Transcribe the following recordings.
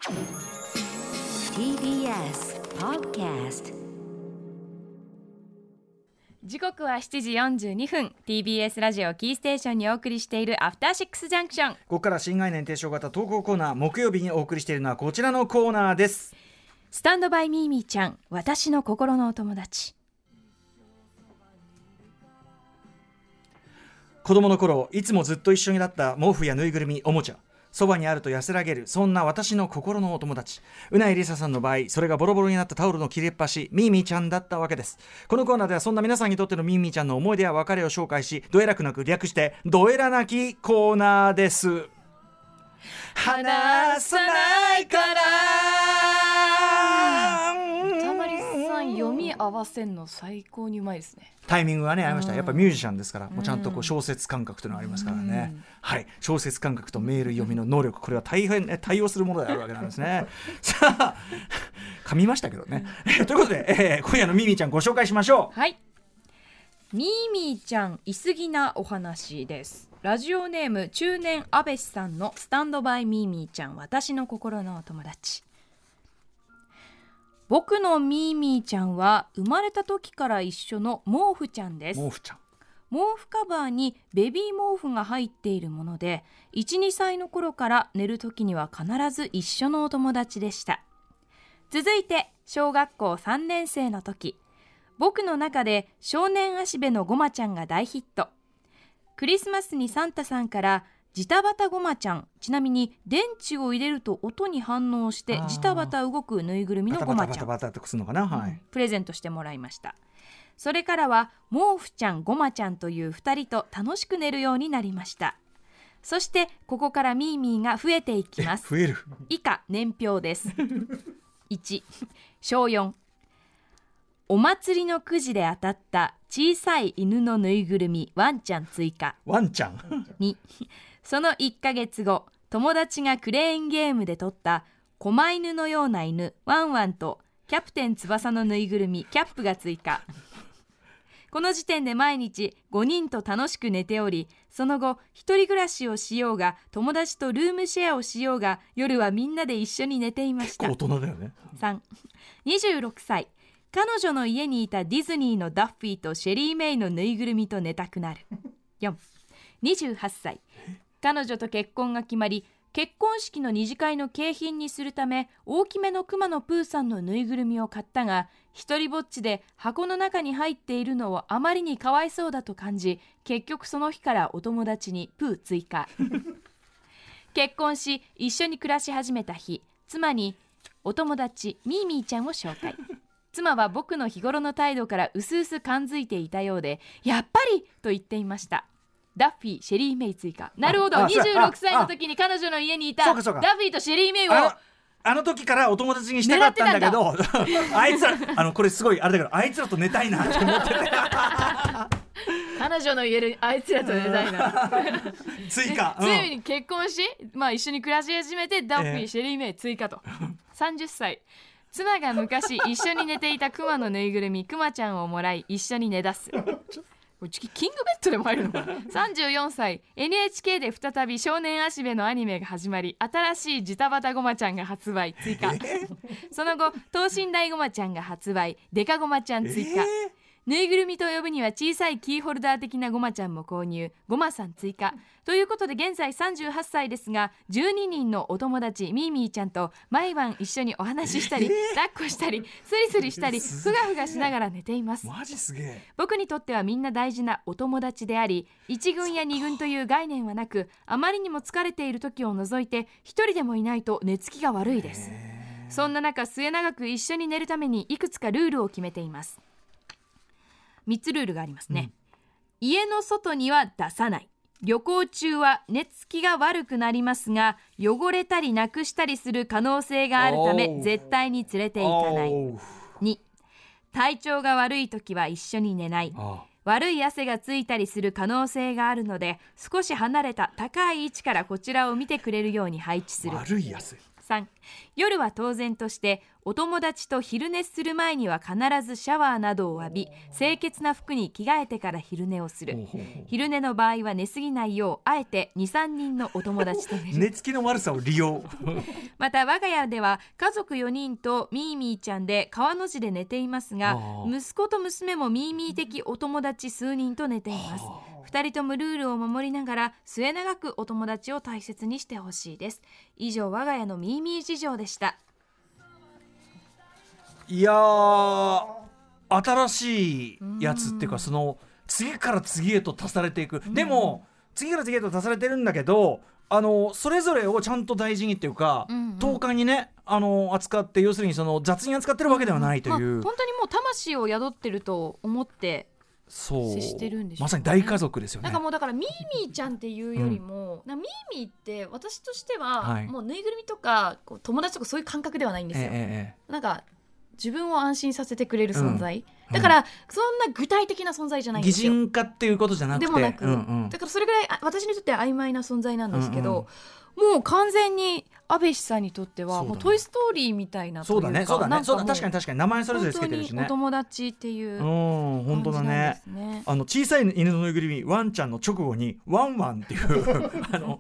TBS Podcast。 時刻は7時42分 TBS ラジオキーステーションにお送りしているアフターシックスジャンクション。 ここから新概念提唱型投稿コーナー、木曜日にお送りしているのはこちらのコーナーです。 スタンドバイミーミーちゃん、私の心のお友達。 子供の頃いつもずっと一緒にだった毛布やぬいぐるみ、おもちゃ、そばにあると安らげる、そんな私の心のお友達。うないりささんの場合、それがボロボロになったタオルの切れっ端、ミーミーちゃんだったわけです。このコーナーではそんな皆さんにとってのミーミーちゃんの思い出や別れを紹介し、どえらくなく略してどえらなきコーナーです。話さないから歌丸さん読み合わせるの最高にうまいですね。 タイミングがねありました。やっぱミュージシャンですから、もうちゃんとこう小説感覚というのがありますからね。はい、小説感覚とメール読みの能力、これは大変対応するものであるわけなんですね。さあ噛みましたけどね。ということで、今夜のミミちゃんご紹介しましょう。 はい、ミーミーちゃんいすぎなお話です。ラジオネーム中年安倍さんのスタンドバイミーミーちゃん、私の心のお友達。僕のミーミーちゃんは生まれた時から一緒の毛布ちゃんです。 毛布ちゃん、 毛布カバーにベビー毛布が入っているもので、 1,2 歳の頃から寝る時には必ず一緒のお友達でした。続いて小学校3年生の時、僕の中で少年足部のごまちゃんが大ヒット。クリスマスにサンタさんからジタバタごまちゃん、ちなみに電池を入れると音に反応してジタバタ動くぬいぐるみのごまちゃん、 バタバタバタとするのかな、はい、 プレゼントしてもらいました。それからは毛布ちゃんごまちゃんという2人と楽しく寝るようになりました。そしてここからミーミーが増えていきます。 増える。 以下年表です。1、小4、お祭りのくじで当たった小さい犬のぬいぐるみワンちゃん追加。 ワンちゃん。 2、その1ヶ月後、友達がクレーンゲームで撮った狛犬のような犬ワンワンとキャプテン翼のぬいぐるみキャップが追加。この時点で毎日5人と楽しく寝ており、その後一人暮らしをしようが友達とルームシェアをしようが夜はみんなで一緒に寝ていました。 結構大人だよね。 3、26歳、彼女の家にいたディズニーのダッフィーとシェリーメイのぬいぐるみと寝たくなる。4、28歳、彼女と結婚が決まり、結婚式の二次会の景品にするため大きめのクマのプーさんのぬいぐるみを買ったが、一人ぼっちで箱の中に入っているのをあまりにかわいそうだと感じ、結局その日からお友達にプー追加。結婚し一緒に暮らし始めた日、妻にお友達ミーミーちゃんを紹介。妻は僕の日頃の態度からうすうす感づいていたようで、やっぱりと言っていました。ダッフィー、シェリーメイ追加。なるほど、26歳の時に彼女の家にいたダッフィーとシェリーメイをあの時からお友達にしたかったんだけど、あいつらこれすごいあれだけど、あいつらと寝たいなって思ってて彼女の家であいつらと寝たいな追加、 ついに結婚し、一緒に暮らし始めてダッフィー、シェリーメイ追加と。30歳、妻が昔一緒に寝ていたクマのぬいぐるみクマちゃんをもらい一緒に寝出す。キングベッドでも入るのかな。34歳、NHK で再び少年足部のアニメが始まり、新しいジタバタごまちゃんが発売追加。その後等身大ごまちゃんが発売、デカごまちゃん追加。ぬいぐるみと呼ぶには小さいキーホルダー的なごまちゃんも購入、ごまさん追加ということで、現在38歳ですが12人のお友達ミーミーちゃんと毎晩一緒にお話ししたり、抱っこしたりスリスリしたりふがふがしながら寝ています。 マジすげえ。 僕にとってはみんな大事なお友達であり、1軍や2軍という概念はなく、あまりにも疲れている時を除いて一人でもいないと寝つきが悪いです。そんな中、末永く一緒に寝るためにいくつかルールを決めています。3つルールがありますね。家の外には出さない。旅行中は寝つきが悪くなりますが、汚れたりなくしたりする可能性があるため絶対に連れて行かない。2、体調が悪い時は一緒に寝ない。悪い汗がついたりする可能性があるので、少し離れた高い位置からこちらを見てくれるように配置する。 悪い汗。 3、夜は当然としてお友達と昼寝する前には必ずシャワーなどを浴び、清潔な服に着替えてから昼寝をする。昼寝の場合は寝すぎないようあえて 2,3 人のお友達と寝る。 寝つきの悪さを利用また我が家では家族4人とミーミーちゃんで川の字で寝ていますが、息子と娘もミーミー的お友達数人と寝ています。2人ともルールを守りながら末永くお友達を大切にしてほしいです。以上、我が家のミーミー事情でした。 いやー、新しいやつっていうか、その次から次へと足されていく。でも次から次へと足されてるんだけど、それぞれをちゃんと大事にっていうか、等間にね、扱って、要するにその雑に扱ってるわけではないという、 本当にもう魂を宿ってると思ってそう接してるんでしょうね。 まさに大家族ですよね。 なんかもうだからミーミーちゃんっていうよりも、ミーミーって私としては、もうぬいぐるみとかこう友達とかそういう感覚ではないんですよ。なんか自分を安心させてくれる存在、だからそんな具体的な存在じゃないんですよ。 擬人化っていうことじゃなくて、 でもなく、だからそれぐらい私にとっては曖昧な存在なんですけど、もう完全に安倍氏さんにとってはもうトイストーリーみたいなというか、 そうだね、そうだね、そうだ、確かに名前それぞれつけてるしね。 本当にお友達っていう本当だね。小さい犬のぬいぐるみワンちゃんの直後にワンワンっていう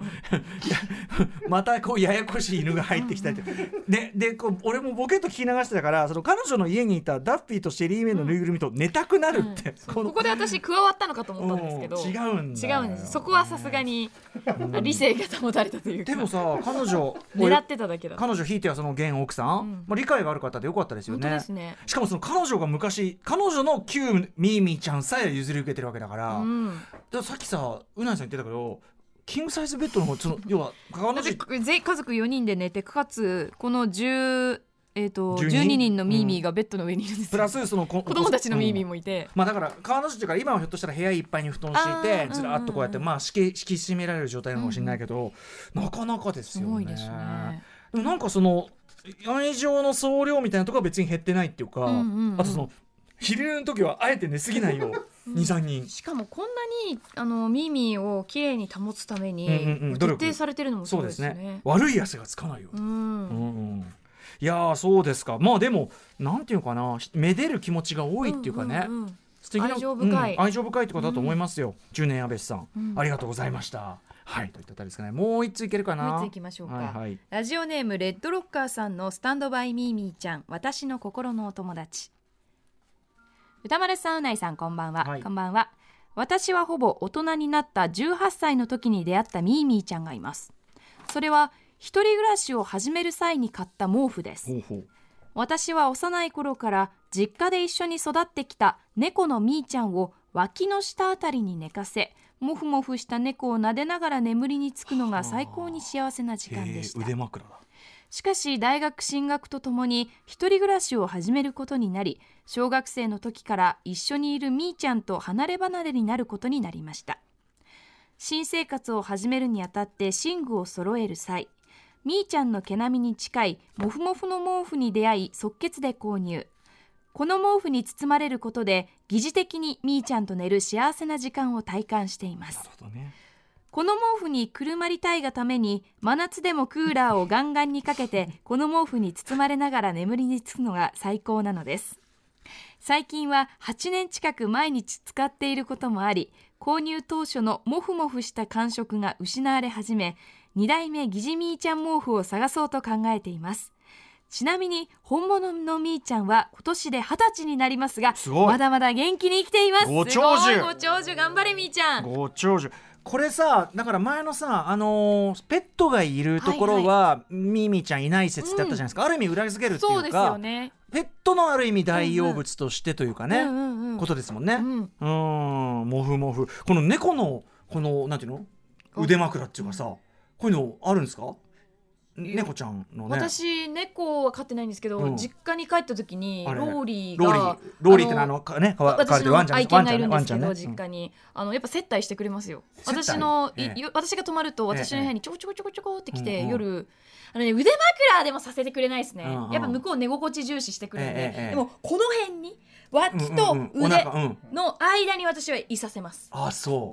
またこうややこしい犬が入ってきたりでこう俺もボケっと聞き流してたから、その彼女の家にいたダッフィーとシェリーメイのぬいぐるみと寝たくなるって、 ここで私加わったのかと思ったんですけど、 違うんです。 そこはさすがに理性が保たれたというか。 でもさ、彼女狙ってただけだ。 彼女ひいてはその現奥さん、理解がある方でよかったですよね。 本当ですね。 しかもその彼女が昔、彼女の旧ミーミーちゃんさえ譲り受けてるわけだから、でさっきさうなぎさん言ってたけど、キングサイズベッドのその要は家族4人で寝て、かつこの12人のミーミーがベッドの上にいるんですよ。 プラスその子供たちのミーミーもいて、 だから彼女っていうから今はひょっとしたら部屋いっぱいに布団敷いてずらっとこうやって敷き締められる状態なのかもしれないけど、なかなかですよね。 すごいですね。 でもなんかその愛情の総量みたいなところは別に減ってないっていうか、あとその昼寝の時はあえて寝すぎないよ2、3人。 しかもこんなにミーミーをきれいに保つために徹底されてるのもすごいですね。 そうですね。悪い汗がつかないよ。いやそうですか。でもなんていうかな、めでる気持ちが多いっていうかね、素敵な愛情深いってことだと思いますよ。10年安倍さん、ありがとうございました。はい、といったあたりですかね。もう一ついけるかな。 もう一ついきましょうか。ラジオネームレッドロッカーさんのスタンドバイミーミーちゃん、私の心のお友達。歌丸さん、うないさん、こんばんは。こんばんは。私はほぼ大人になった18歳の時に出会ったミーミーちゃんがいます。それは一人暮らしを始める際に買った毛布です。私は幼い頃から実家で一緒に育ってきた猫のミーちゃんを脇の下あたりに寝かせ、もふもふした猫を撫でながら眠りにつくのが最高に幸せな時間でした。 腕枕だ。 しかし大学進学とともに一人暮らしを始めることになり、小学生の時から一緒にいるみーちゃんと離れ離れになることになりました。新生活を始めるにあたって寝具を揃える際、みーちゃんの毛並みに近いモフモフの毛布に出会い即決で購入。この毛布に包まれることで疑似的にみーちゃんと寝る幸せな時間を体感しています。 なるほどね。 この毛布にくるまりたいがために真夏でもクーラーをガンガンにかけてこの毛布に包まれながら眠りにつくのが最高なのです。最近は8年近く毎日使っていることもあり、購入当初のモフモフした感触が失われ始め、2代目疑似みーちゃん毛布を探そうと考えています。ちなみに本物のみーちゃんは今年で20歳になりますが、まだまだ元気に生きています。 ご長寿。 ご長寿、頑張れみーちゃん。 ご長寿。これさ、だから前のさ、ペットがいるところは、ミーミーちゃんいない説ってあったじゃないですか。ある意味裏付けるっていうか、 そうですよね。 ペットのある意味大養物としてというかね、ことですもんね。モフモフ。この猫のこのなんていうの、腕枕っていうかさ、こういうのあるんですか？猫ちゃんのね。 私猫は飼ってないんですけど、実家に帰った時にローリーってね、 私の愛犬がいるんですけど、実家にやっぱ接待してくれますよ。私が泊まると私の部屋にちょこちょこちょこちょこって来て、夜腕枕でもさせてくれないですね。やっぱ向こう寝心地重視してくるんで、でもこの辺に脇と腕の間に私はいさせます。 あ、そう。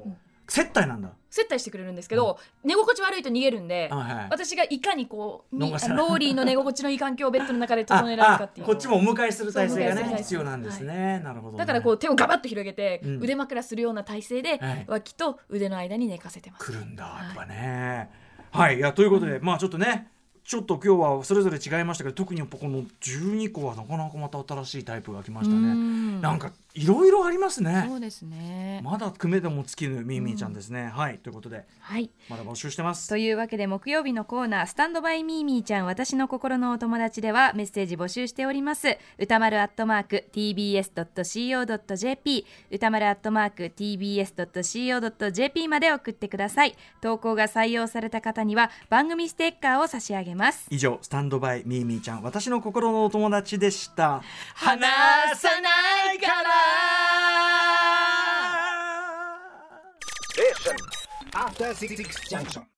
接待なんだ。 接待してくれるんですけど、寝心地悪いと逃げるんで、私がいかにこうローリーの寝心地のいい環境をベッドの中で整えられるかっていうこっちもお迎えする体勢がね必要なんですね、なるほどね。 だからこう手をガバッと広げて、腕枕するような体勢で、脇と腕の間に寝かせてます。 くるんだやっぱね。はい、いやということで、まあちょっとねちょっと今日はそれぞれ違いましたけど、特にやっぱこの12個はなかなかまた新しいタイプが来ましたね。なんかいろいろありますね。 そうですね。 まだ組めでも尽きぬミーミーちゃんですね。はい、ということで、 はい、 まだ募集してます。 というわけで木曜日のコーナースタンドバイミーミーちゃん私の心のお友達ではメッセージ募集しております。歌丸@tbs.co.jp 歌丸@tbs.co.jp まで送ってください。投稿が採用された方には番組ステッカーを差し上げます。 以上スタンドバイミーミーちゃん私の心のお友達でした。 話さないから After 66 junction.